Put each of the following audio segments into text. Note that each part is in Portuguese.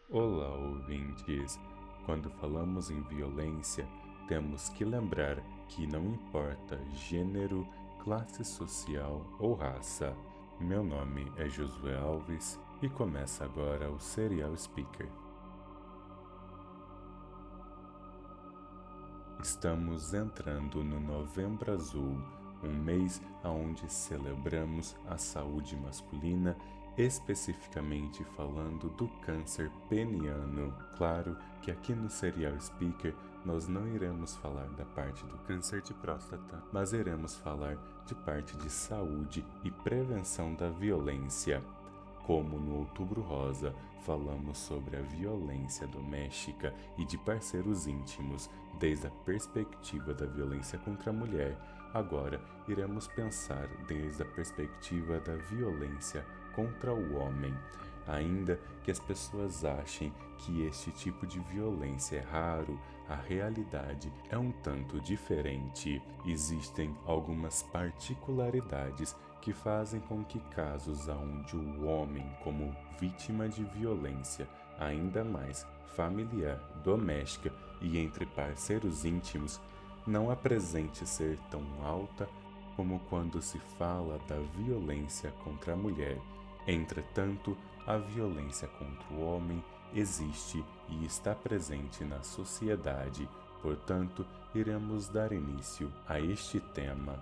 Olá, ouvintes! Quando falamos em violência, temos que lembrar que não importa gênero, classe social ou raça. Meu nome é Josué Alves e começa agora o Serial Speaker. Estamos entrando no Novembro Azul, um mês onde celebramos a saúde masculina, especificamente falando do câncer peniano. Claro que aqui no Serial Speaker nós não iremos falar da parte do câncer de próstata, mas iremos falar de parte de saúde e prevenção da violência. Como no Outubro Rosa falamos sobre a violência doméstica e de parceiros íntimos, desde a perspectiva da violência contra a mulher, agora iremos pensar desde a perspectiva da violência contra o homem. Ainda que as pessoas achem que este tipo de violência é raro, a realidade é um tanto diferente. Existem algumas particularidades que fazem com que casos onde o homem, como vítima de violência, ainda mais familiar, doméstica e entre parceiros íntimos, não apresente ser tão alta como quando se fala da violência contra a mulher. Entretanto, a violência contra o homem existe e está presente na sociedade. Portanto, iremos dar início a este tema.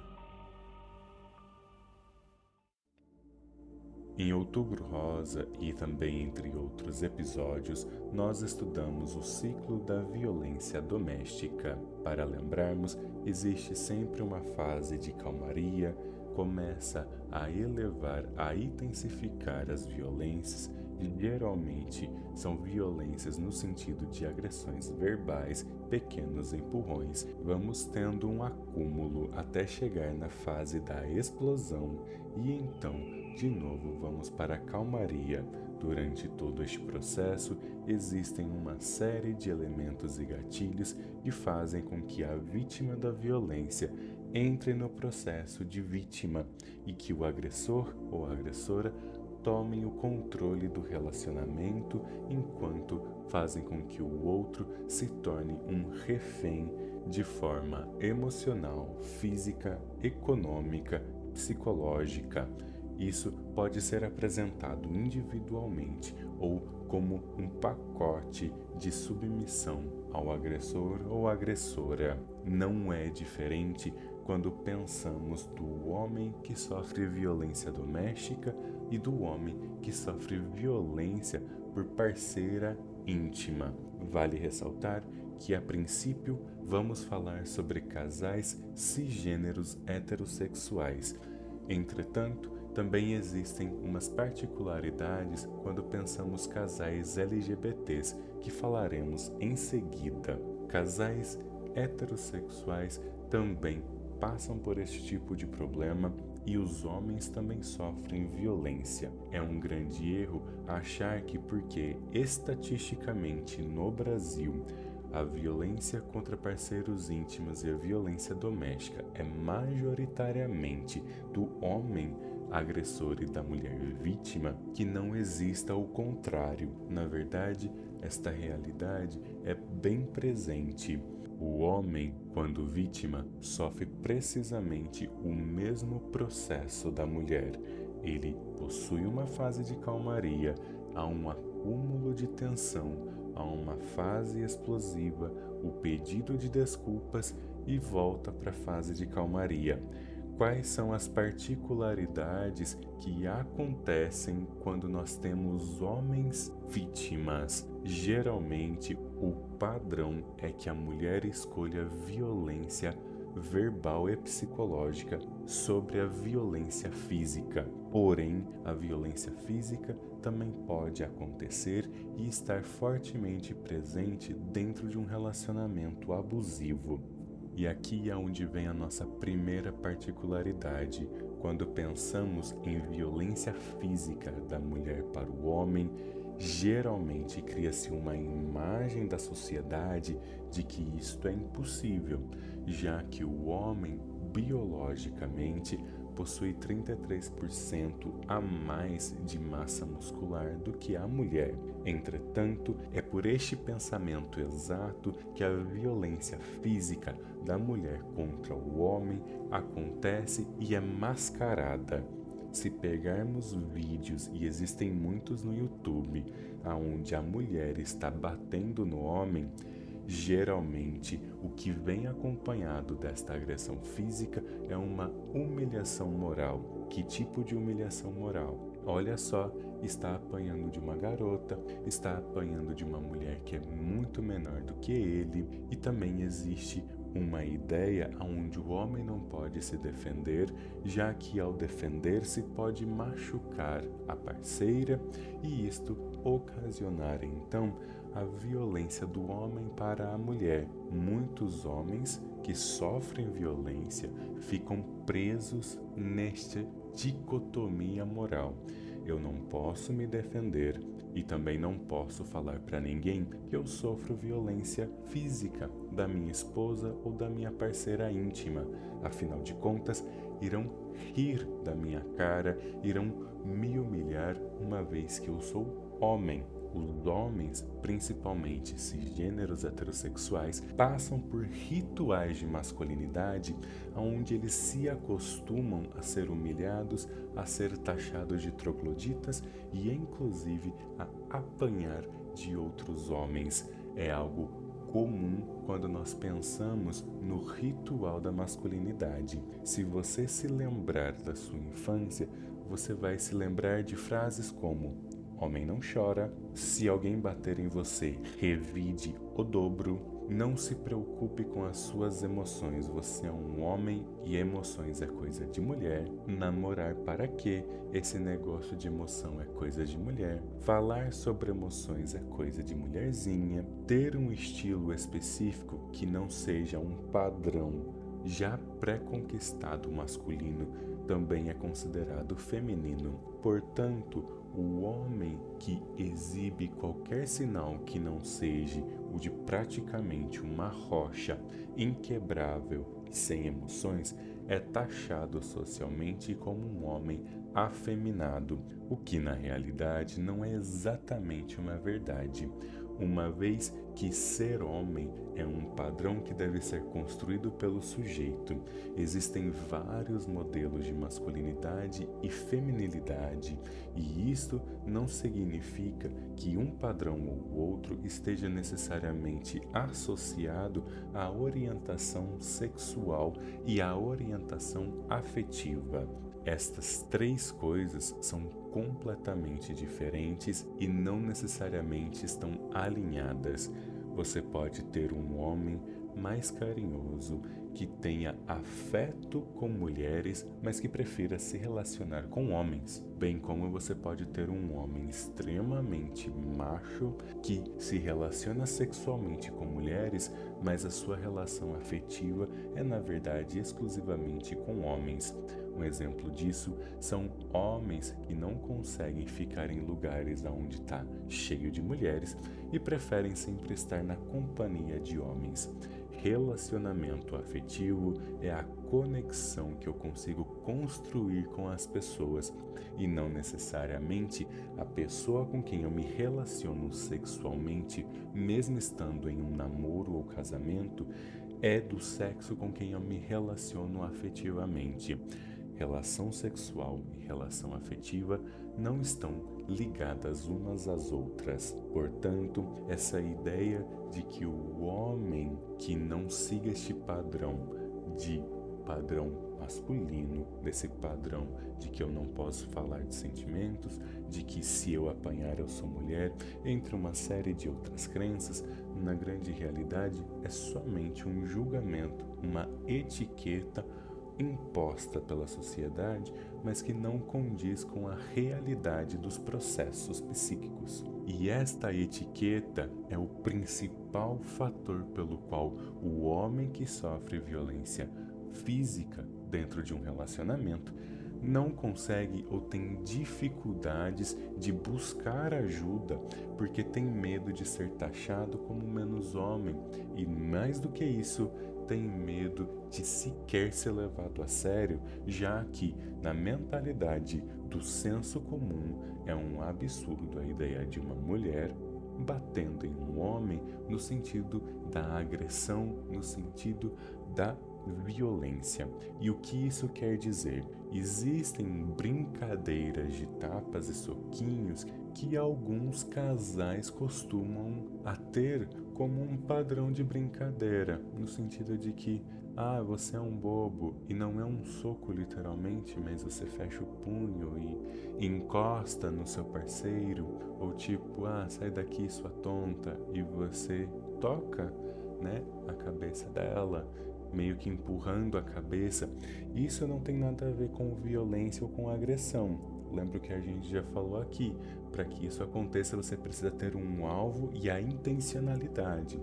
Em Outubro Rosa e também entre outros episódios, nós estudamos o ciclo da violência doméstica. Para lembrarmos, existe sempre uma fase de calmaria, começa a elevar, a intensificar as violências, e geralmente são violências no sentido de agressões verbais, pequenos empurrões. Vamos tendo um acúmulo até chegar na fase da explosão e então de novo, vamos para a calmaria. Durante todo este processo, existem uma série de elementos e gatilhos que fazem com que a vítima da violência entre no processo de vítima e que o agressor ou agressora tomem o controle do relacionamento enquanto fazem com que o outro se torne um refém de forma emocional, física, econômica, psicológica. Isso pode ser apresentado individualmente ou como um pacote de submissão ao agressor ou agressora. Não é diferente quando pensamos do homem que sofre violência doméstica e do homem que sofre violência por parceira íntima. Vale ressaltar que, a princípio, vamos falar sobre casais cisgêneros heterossexuais. Entretanto, também existem umas particularidades quando pensamos casais LGBTs, que falaremos em seguida. Casais heterossexuais também passam por este tipo de problema e os homens também sofrem violência. É um grande erro achar que porque estatisticamente no Brasil a violência contra parceiros íntimos e a violência doméstica é majoritariamente do homem agressor e da mulher vítima, que não exista o contrário. Na verdade, esta realidade é bem presente. O homem, quando vítima, sofre precisamente o mesmo processo da mulher. Ele possui uma fase de calmaria, há um acúmulo de tensão, há uma fase explosiva, o pedido de desculpas e volta para a fase de calmaria. Quais são as particularidades que acontecem quando nós temos homens vítimas? Geralmente, o padrão é que a mulher escolha violência verbal e psicológica sobre a violência física. Porém, a violência física também pode acontecer e estar fortemente presente dentro de um relacionamento abusivo. E aqui é onde vem a nossa primeira particularidade. Quando pensamos em violência física da mulher para o homem, geralmente cria-se uma imagem da sociedade de que isto é impossível, já que o homem biologicamente possui 33% a mais de massa muscular do que a mulher. Entretanto, é por este pensamento exato que a violência física da mulher contra o homem acontece e é mascarada. Se pegarmos vídeos, e existem muitos no YouTube, onde a mulher está batendo no homem, geralmente o que vem acompanhado desta agressão física é uma humilhação moral. Que tipo de humilhação moral? Olha só, está apanhando de uma garota, está apanhando de uma mulher que é muito menor do que ele, e também existe uma ideia onde o homem não pode se defender, já que ao defender-se pode machucar a parceira e isto ocasionar então a violência do homem para a mulher. Muitos homens que sofrem violência ficam presos nesta dicotomia moral. Eu não posso me defender e também não posso falar para ninguém que eu sofro violência física da minha esposa ou da minha parceira íntima. Afinal de contas, irão rir da minha cara, irão me humilhar uma vez que eu sou homem. Os homens, principalmente cisgêneros heterossexuais, passam por rituais de masculinidade onde eles se acostumam a ser humilhados, a ser taxados de trogloditas e inclusive a apanhar de outros homens. É algo comum quando nós pensamos no ritual da masculinidade. Se você se lembrar da sua infância, você vai se lembrar de frases como: homem não chora, se alguém bater em você, revide o dobro, não se preocupe com as suas emoções, você é um homem e emoções é coisa de mulher, namorar para quê? Esse negócio de emoção é coisa de mulher, falar sobre emoções é coisa de mulherzinha, ter um estilo específico que não seja um padrão já pré-conquistado masculino também é considerado feminino. Portanto, o homem que exibe qualquer sinal que não seja o de praticamente uma rocha inquebrável e sem emoções é taxado socialmente como um homem afeminado, o que na realidade não é exatamente uma verdade, uma vez que ser homem é um padrão que deve ser construído pelo sujeito. Existem vários modelos de masculinidade e feminilidade, e isto não significa que um padrão ou outro esteja necessariamente associado à orientação sexual e à orientação afetiva. Estas três coisas são completamente diferentes e não necessariamente estão alinhadas. Você pode ter um homem mais carinhoso, que tenha afeto com mulheres, mas que prefira se relacionar com homens. Bem como você pode ter um homem extremamente macho, que se relaciona sexualmente com mulheres, mas a sua relação afetiva é na verdade exclusivamente com homens. Um exemplo disso são homens que não conseguem ficar em lugares onde está cheio de mulheres e preferem sempre estar na companhia de homens. Relacionamento afetivo é a conexão que eu consigo construir com as pessoas e não necessariamente a pessoa com quem eu me relaciono sexualmente, mesmo estando em um namoro ou casamento, é do sexo com quem eu me relaciono afetivamente. Relação sexual e relação afetiva não estão ligadas umas às outras. Portanto, essa ideia de que o homem que não siga este padrão masculino, desse padrão de que eu não posso falar de sentimentos, de que se eu apanhar eu sou mulher, entre uma série de outras crenças, na grande realidade é somente um julgamento, uma etiqueta imposta pela sociedade, mas que não condiz com a realidade dos processos psíquicos. E esta etiqueta é o principal fator pelo qual o homem que sofre violência física dentro de um relacionamento não consegue ou tem dificuldades de buscar ajuda porque tem medo de ser taxado como menos homem e, mais do que isso, tem medo de sequer ser levado a sério, já que na mentalidade do senso comum é um absurdo a ideia de uma mulher batendo em um homem no sentido da agressão, no sentido da violência. E o que isso quer dizer? Existem brincadeiras de tapas e soquinhos que alguns casais costumam a ter como um padrão de brincadeira, no sentido de que você é um bobo, e não é um soco literalmente, mas você fecha o punho e encosta no seu parceiro, ou tipo, sai daqui sua tonta, e você toca, né, a cabeça dela, meio que empurrando a cabeça. Isso não tem nada a ver com violência ou com agressão. Lembro que a gente já falou aqui, para que isso aconteça você precisa ter um alvo e a intencionalidade.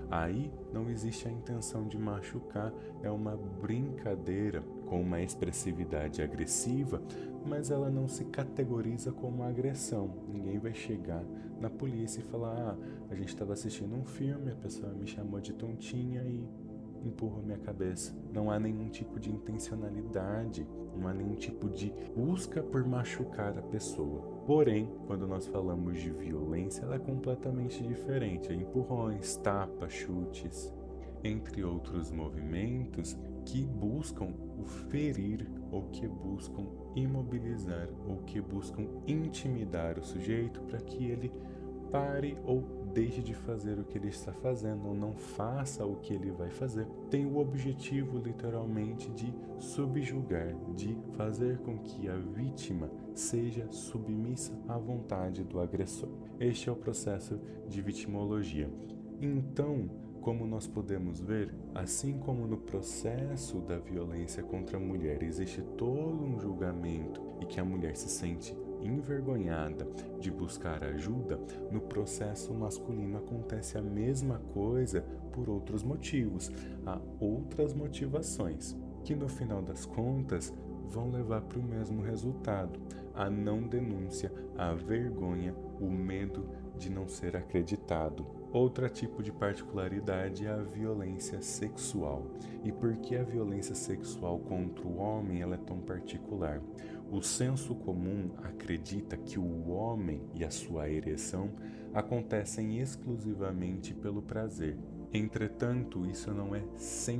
Aí não existe a intenção de machucar, é uma brincadeira com uma expressividade agressiva, mas ela não se categoriza como agressão. Ninguém vai chegar na polícia e falar: a gente estava assistindo um filme, a pessoa me chamou de tontinha e empurra minha cabeça. Não há nenhum tipo de intencionalidade, não há nenhum tipo de busca por machucar a pessoa. Porém, quando nós falamos de violência, ela é completamente diferente. É empurrões, tapas, chutes, entre outros movimentos que buscam o ferir, ou que buscam imobilizar, ou que buscam intimidar o sujeito para que ele pare ou deixe de fazer o que ele está fazendo, ou não faça o que ele vai fazer. Tem o objetivo, literalmente, de subjugar, de fazer com que a vítima seja submissa à vontade do agressor. Este é o processo de vitimologia. Então, como nós podemos ver, assim como no processo da violência contra a mulher existe todo um julgamento e que a mulher se sente envergonhada de buscar ajuda, no processo masculino acontece a mesma coisa por outros motivos. Há outras motivações que no final das contas vão levar para o mesmo resultado: a não denúncia, a vergonha, o medo de não ser acreditado. Outro tipo de particularidade é a violência sexual. E por que a violência sexual contra o homem ela é tão particular? O senso comum acredita que o homem e a sua ereção acontecem exclusivamente pelo prazer. Entretanto, isso não é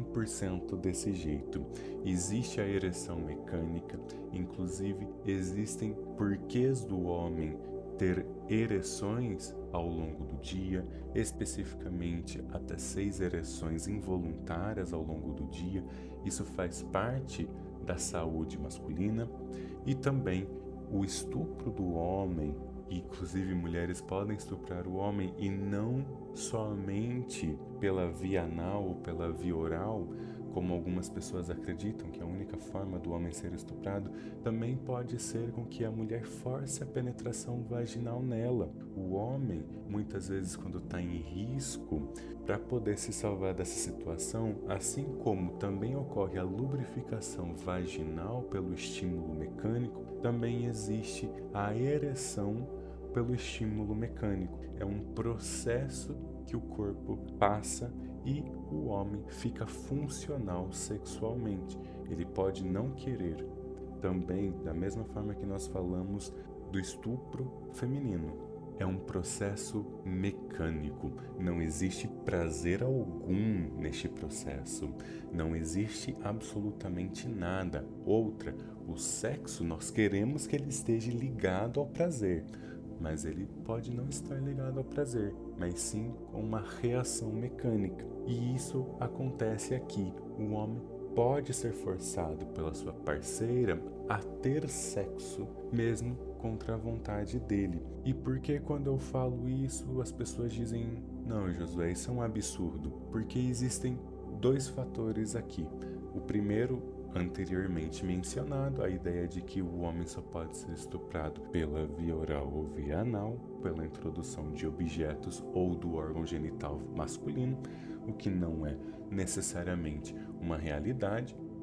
100% desse jeito. Existe a ereção mecânica, inclusive existem porquês do homem ter ereções ao longo do dia, especificamente até 6 ereções involuntárias ao longo do dia. Isso faz parte da saúde masculina. E também o estupro do homem, inclusive mulheres podem estuprar o homem, e não somente pela via anal ou pela via oral, como algumas pessoas acreditam que é a única forma do homem ser estuprado. Também pode ser com que a mulher force a penetração vaginal nela. O homem, muitas vezes, quando está em risco, para poder se salvar dessa situação, assim como também ocorre a lubrificação vaginal pelo estímulo mecânico, também existe a ereção pelo estímulo mecânico. É um processo que o corpo passa e o homem fica funcional sexualmente. Ele pode não querer. Também, da mesma forma que nós falamos do estupro feminino, é um processo mecânico. Não existe prazer algum neste processo. Não existe absolutamente nada. Outra, o sexo, nós queremos que ele esteja ligado ao prazer, mas ele pode não estar ligado ao prazer, mas sim com uma reação mecânica. E isso acontece aqui. O homem pode ser forçado pela sua parceira a ter sexo, mesmo contra a vontade dele. E por que quando eu falo isso, as pessoas dizem: não, Josué, isso é um absurdo? Porque existem 2 fatores aqui. O primeiro, anteriormente mencionado, a ideia de que o homem só pode ser estuprado pela via oral ou via anal, pela introdução de objetos ou do órgão genital masculino, o que não é necessariamente uma realidade.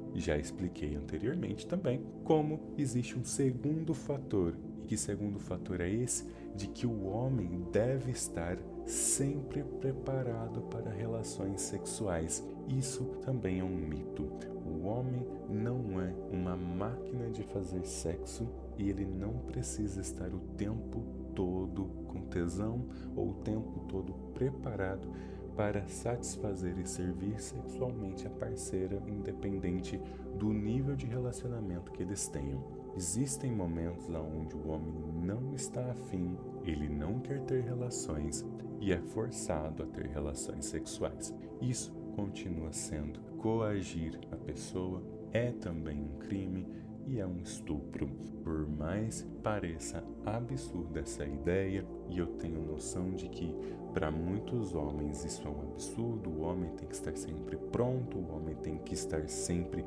já expliquei anteriormente também como existe um segundo fator. E que segundo fator é esse? De que o homem deve estar sempre preparado para relações sexuais. Isso também é um mito. O homem não é uma máquina de fazer sexo e ele não precisa estar o tempo todo com tesão ou o tempo todo preparado para satisfazer e servir sexualmente a parceira, independente do nível de relacionamento que eles tenham. Existem momentos onde o homem não está afim, ele não quer ter relações e é forçado a ter relações sexuais. Isso continua sendo coagir a pessoa, é também um crime e é um estupro. Por mais pareça absurda essa ideia, e eu tenho noção de que para muitos homens isso é um absurdo, o homem tem que estar sempre pronto, o homem tem que estar sempre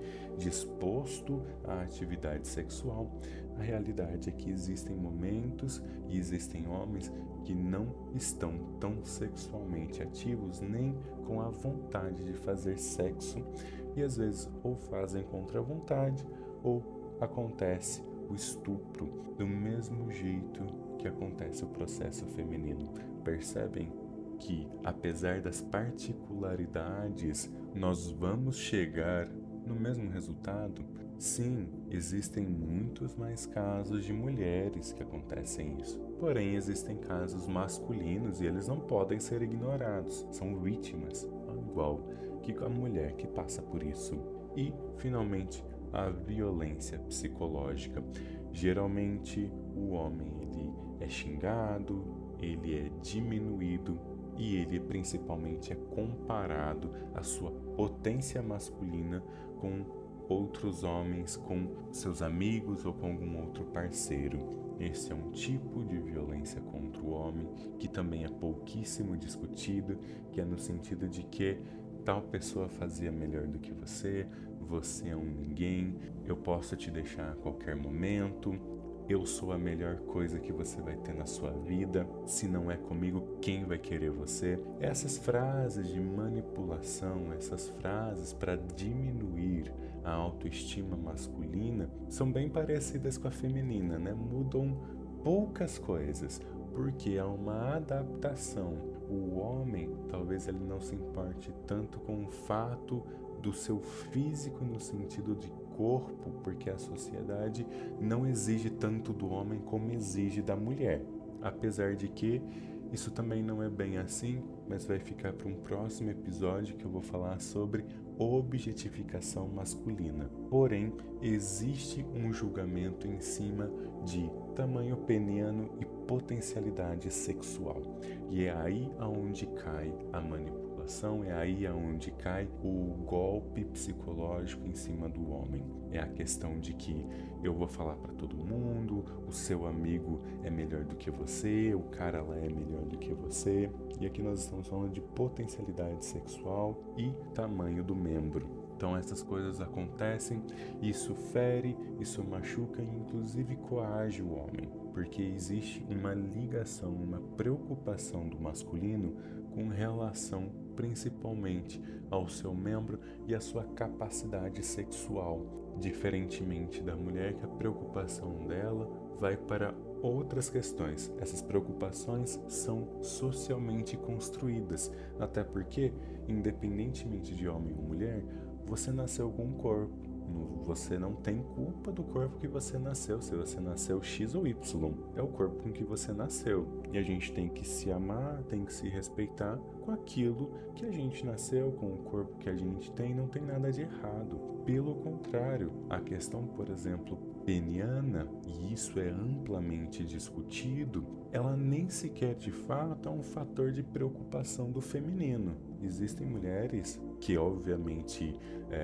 disposto à atividade sexual. A realidade é que existem momentos e existem homens que não estão tão sexualmente ativos nem com a vontade de fazer sexo e às vezes ou fazem contra a vontade ou acontece o estupro do mesmo jeito que acontece o processo feminino. Percebem que, apesar das particularidades, nós vamos chegar no mesmo resultado? Sim, existem muitos mais casos de mulheres que acontecem isso. Porém, existem casos masculinos e eles não podem ser ignorados. São vítimas, igual que a mulher que passa por isso. E, finalmente, a violência psicológica. Geralmente, o homem ele é xingado, ele é diminuído e ele principalmente é comparado à sua potência masculina com outros homens, com seus amigos ou com algum outro parceiro. Esse é um tipo de violência contra o homem que também é pouquíssimo discutido, que é no sentido de que tal pessoa fazia melhor do que você, você é um ninguém, eu posso te deixar a qualquer momento, eu sou a melhor coisa que você vai ter na sua vida, se não é comigo, quem vai querer você? Essas frases de manipulação, essas frases para diminuir a autoestima masculina são bem parecidas com a feminina, né? Mudam poucas coisas, porque há uma adaptação. O homem, talvez ele não se importe tanto com o fato do seu físico no sentido de corpo, porque a sociedade não exige tanto do homem como exige da mulher. Apesar de que isso também não é bem assim, mas vai ficar para um próximo episódio que eu vou falar sobre objetificação masculina. Porém, existe um julgamento em cima de tamanho peniano e potencialidade sexual. E é aí aonde cai a manipulação, é aí aonde cai o golpe psicológico em cima do homem. É a questão de que eu vou falar para todo mundo, o seu amigo é melhor do que você, o cara lá é melhor do que você. E aqui nós estamos falando de potencialidade sexual e tamanho do membro. Então essas coisas acontecem, isso fere, isso machuca e inclusive coage o homem, porque existe uma ligação, uma preocupação do masculino com relação principalmente ao seu membro e à sua capacidade sexual, diferentemente da mulher, que a preocupação dela vai para outras questões. Essas preocupações são socialmente construídas, até porque, independentemente de homem ou mulher, você nasceu com um corpo. Você não tem culpa do corpo que você nasceu, se você nasceu X ou Y. É o corpo com que você nasceu. E a gente tem que se amar, tem que se respeitar com aquilo que a gente nasceu, com o corpo que a gente tem, não tem nada de errado. Pelo contrário, a questão, por exemplo, peniana, e isso é amplamente discutido, ela nem sequer de fato é um fator de preocupação do feminino. Existem mulheres que obviamente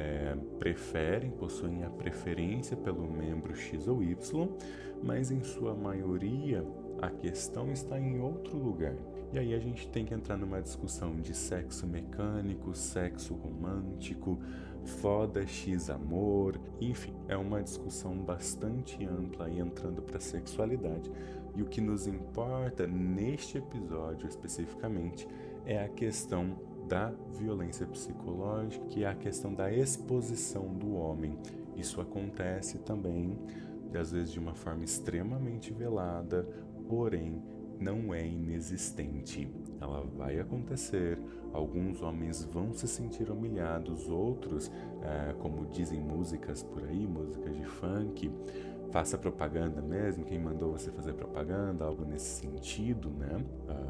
preferem, possuem a preferência pelo membro X ou Y, mas em sua maioria a questão está em outro lugar. E aí a gente tem que entrar numa discussão de sexo mecânico, sexo romântico, foda X amor, enfim, é uma discussão bastante ampla e entrando para a sexualidade. E o que nos importa neste episódio especificamente é a questão da violência psicológica, que é a questão da exposição do homem. Isso acontece também, às vezes de uma forma extremamente velada, porém não é inexistente. Ela vai acontecer, alguns homens vão se sentir humilhados, outros, como dizem músicas por aí, músicas de funk, faça propaganda mesmo, quem mandou você fazer propaganda, algo nesse sentido, né?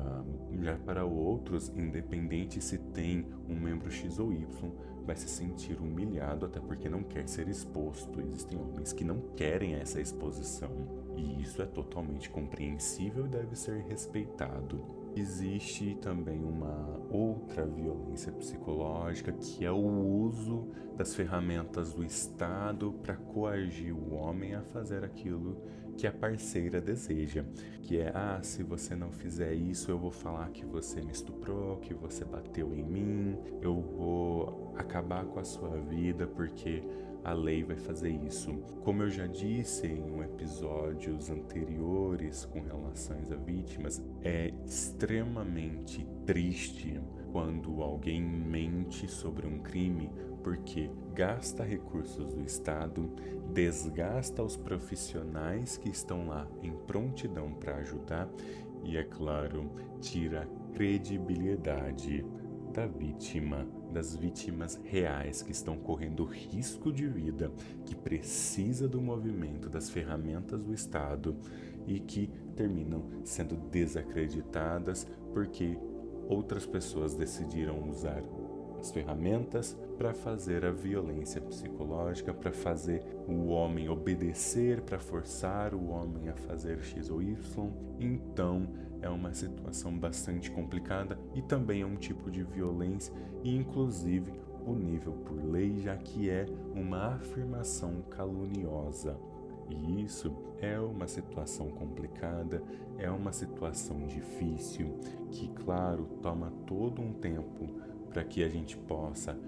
Já para outros, independente se tem um membro X ou Y, vai se sentir humilhado, até porque não quer ser exposto. Existem homens que não querem essa exposição, e isso é totalmente compreensível e deve ser respeitado. Existe também uma outra violência psicológica, que é o uso das ferramentas do Estado para coagir o homem a fazer aquilo que a parceira deseja, que é, se você não fizer isso, eu vou falar que você me estuprou, que você bateu em mim, eu vou acabar com a sua vida porque a lei vai fazer isso. Como eu já disse em episódios anteriores com relação a vítimas, é extremamente triste quando alguém mente sobre um crime, porque gasta recursos do Estado, desgasta os profissionais que estão lá em prontidão para ajudar e, é claro, tira a credibilidade da vítima, das vítimas reais que estão correndo risco de vida, que precisa do movimento das ferramentas do Estado e que terminam sendo desacreditadas porque outras pessoas decidiram usar as ferramentas para fazer a violência psicológica, para fazer o homem obedecer, para forçar o homem a fazer X ou Y. Então, é uma situação bastante complicada e também é um tipo de violência, e inclusive punível por lei, já que é uma afirmação caluniosa. E isso é uma situação complicada, é uma situação difícil, que, claro, toma todo um tempo para que a gente possa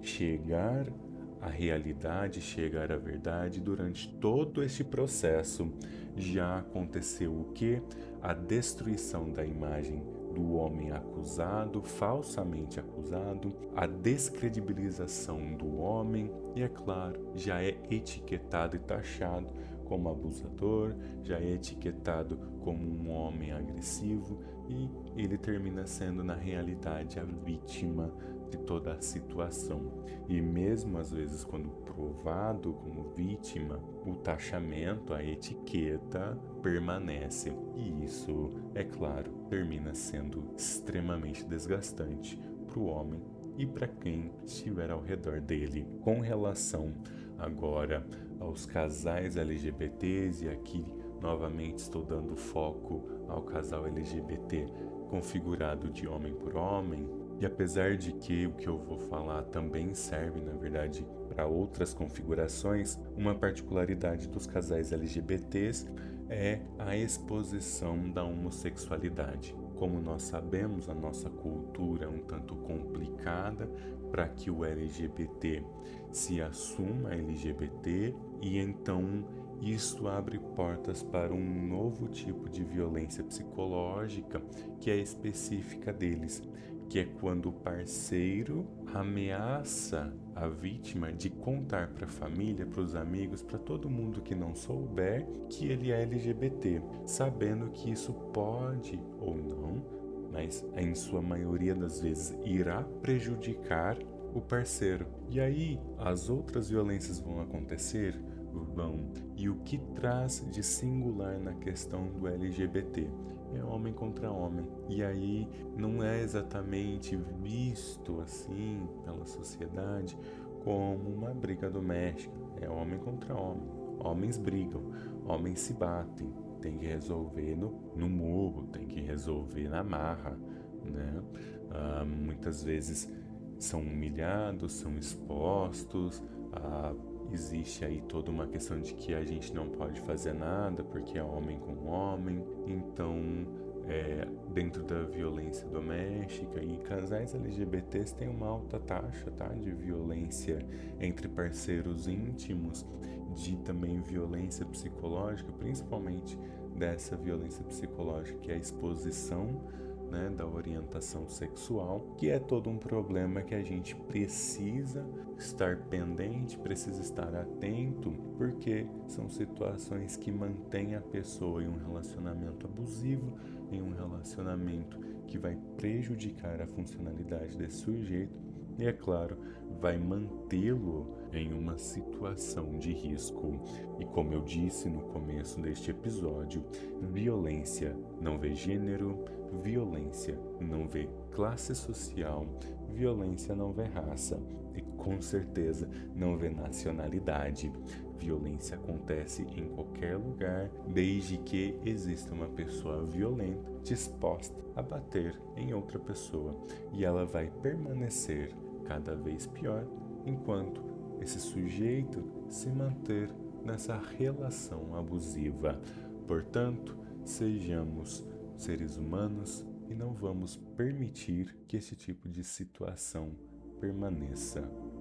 chegar à realidade, chegar à verdade. Durante todo este processo já aconteceu o quê? A destruição da imagem do homem acusado, falsamente acusado, a descredibilização do homem e, é claro, já é etiquetado e taxado como abusador, já é etiquetado como um homem agressivo e ele termina sendo, na realidade, a vítima de toda a situação. E mesmo às vezes quando provado como vítima, o taxamento, a etiqueta permanece. E isso, é claro, termina sendo extremamente desgastante para o homem e para quem estiver ao redor dele. Com relação agora aos casais LGBTs, e aqui novamente estou dando foco ao casal LGBT configurado de homem por homem, e apesar de que o que eu vou falar também serve, na verdade, para outras configurações, uma particularidade dos casais LGBTs é a exposição da homossexualidade. Como nós sabemos, a nossa cultura é um tanto complicada para que o LGBT se assuma LGBT, e então isso abre portas para um novo tipo de violência psicológica que é específica deles, que é quando o parceiro ameaça a vítima de contar para a família, para os amigos, para todo mundo que não souber que ele é LGBT, sabendo que isso pode ou não, mas em sua maioria das vezes irá prejudicar o parceiro. E aí as outras violências vão acontecer? Vão. E o que traz de singular na questão do LGBT? É homem contra homem. E aí não é exatamente visto assim pela sociedade como uma briga doméstica. É homem contra homem. Homens brigam, homens se batem. Tem que resolver no murro, tem que resolver na marra, né? Muitas vezes são humilhados, são expostos, existe aí toda uma questão de que a gente não pode fazer nada porque é homem com homem. Então, dentro da violência doméstica, e casais LGBTs têm uma alta taxa, tá, de violência entre parceiros íntimos, de também violência psicológica, principalmente dessa violência psicológica, que é a exposição né, da orientação sexual, que é todo um problema que a gente precisa estar pendente, precisa estar atento, porque são situações que mantêm a pessoa em um relacionamento abusivo, em um relacionamento que vai prejudicar a funcionalidade desse sujeito e, é claro, vai mantê-lo em uma situação de risco. E como eu disse no começo deste episódio, violência não vê gênero, violência não vê classe social, violência não vê raça e com certeza não vê nacionalidade. Violência acontece em qualquer lugar, desde que exista uma pessoa violenta disposta a bater em outra pessoa, e ela vai permanecer cada vez pior enquanto esse sujeito se manter nessa relação abusiva. Portanto, sejamos seres humanos e não vamos permitir que esse tipo de situação permaneça.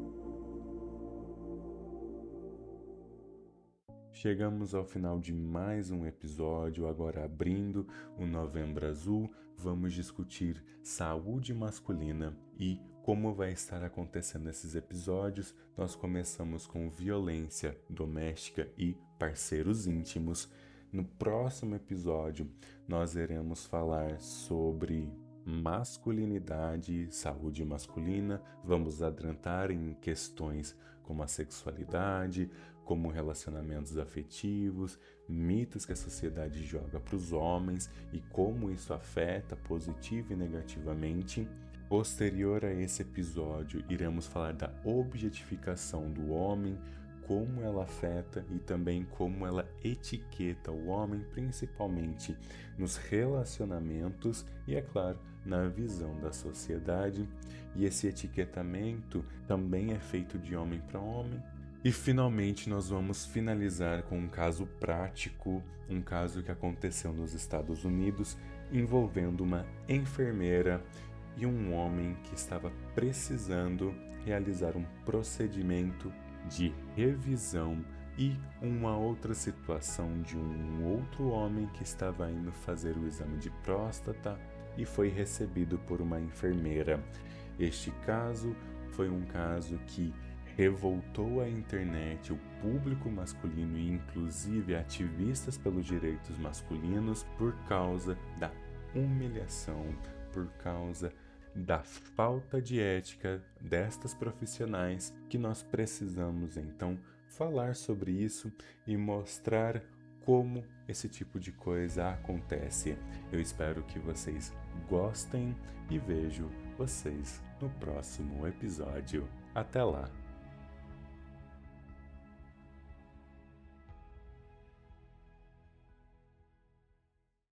Chegamos ao final de mais um episódio, agora abrindo o Novembro Azul, vamos discutir saúde masculina e como vai estar acontecendo esses episódios. Nós começamos com violência doméstica e parceiros íntimos. No próximo episódio, nós iremos falar sobre masculinidade, saúde masculina, vamos adentrar em questões como a sexualidade, como relacionamentos afetivos, mitos que a sociedade joga para os homens e como isso afeta positivo e negativamente. Posterior a esse episódio, iremos falar da objetificação do homem, como ela afeta e também como ela etiqueta o homem, principalmente nos relacionamentos e, é claro, na visão da sociedade. E esse etiquetamento também é feito de homem para homem. E finalmente nós vamos finalizar com um caso prático, um caso que aconteceu nos Estados Unidos, envolvendo uma enfermeira e um homem que estava precisando realizar um procedimento de revisão e uma outra situação de um outro homem que estava indo fazer o exame de próstata e foi recebido por uma enfermeira. Este caso foi um caso que revoltou a internet, o público masculino e inclusive ativistas pelos direitos masculinos por causa da humilhação, por causa da falta de ética destas profissionais, que nós precisamos então falar sobre isso e mostrar como esse tipo de coisa acontece. Eu espero que vocês gostem e vejo vocês no próximo episódio. Até lá!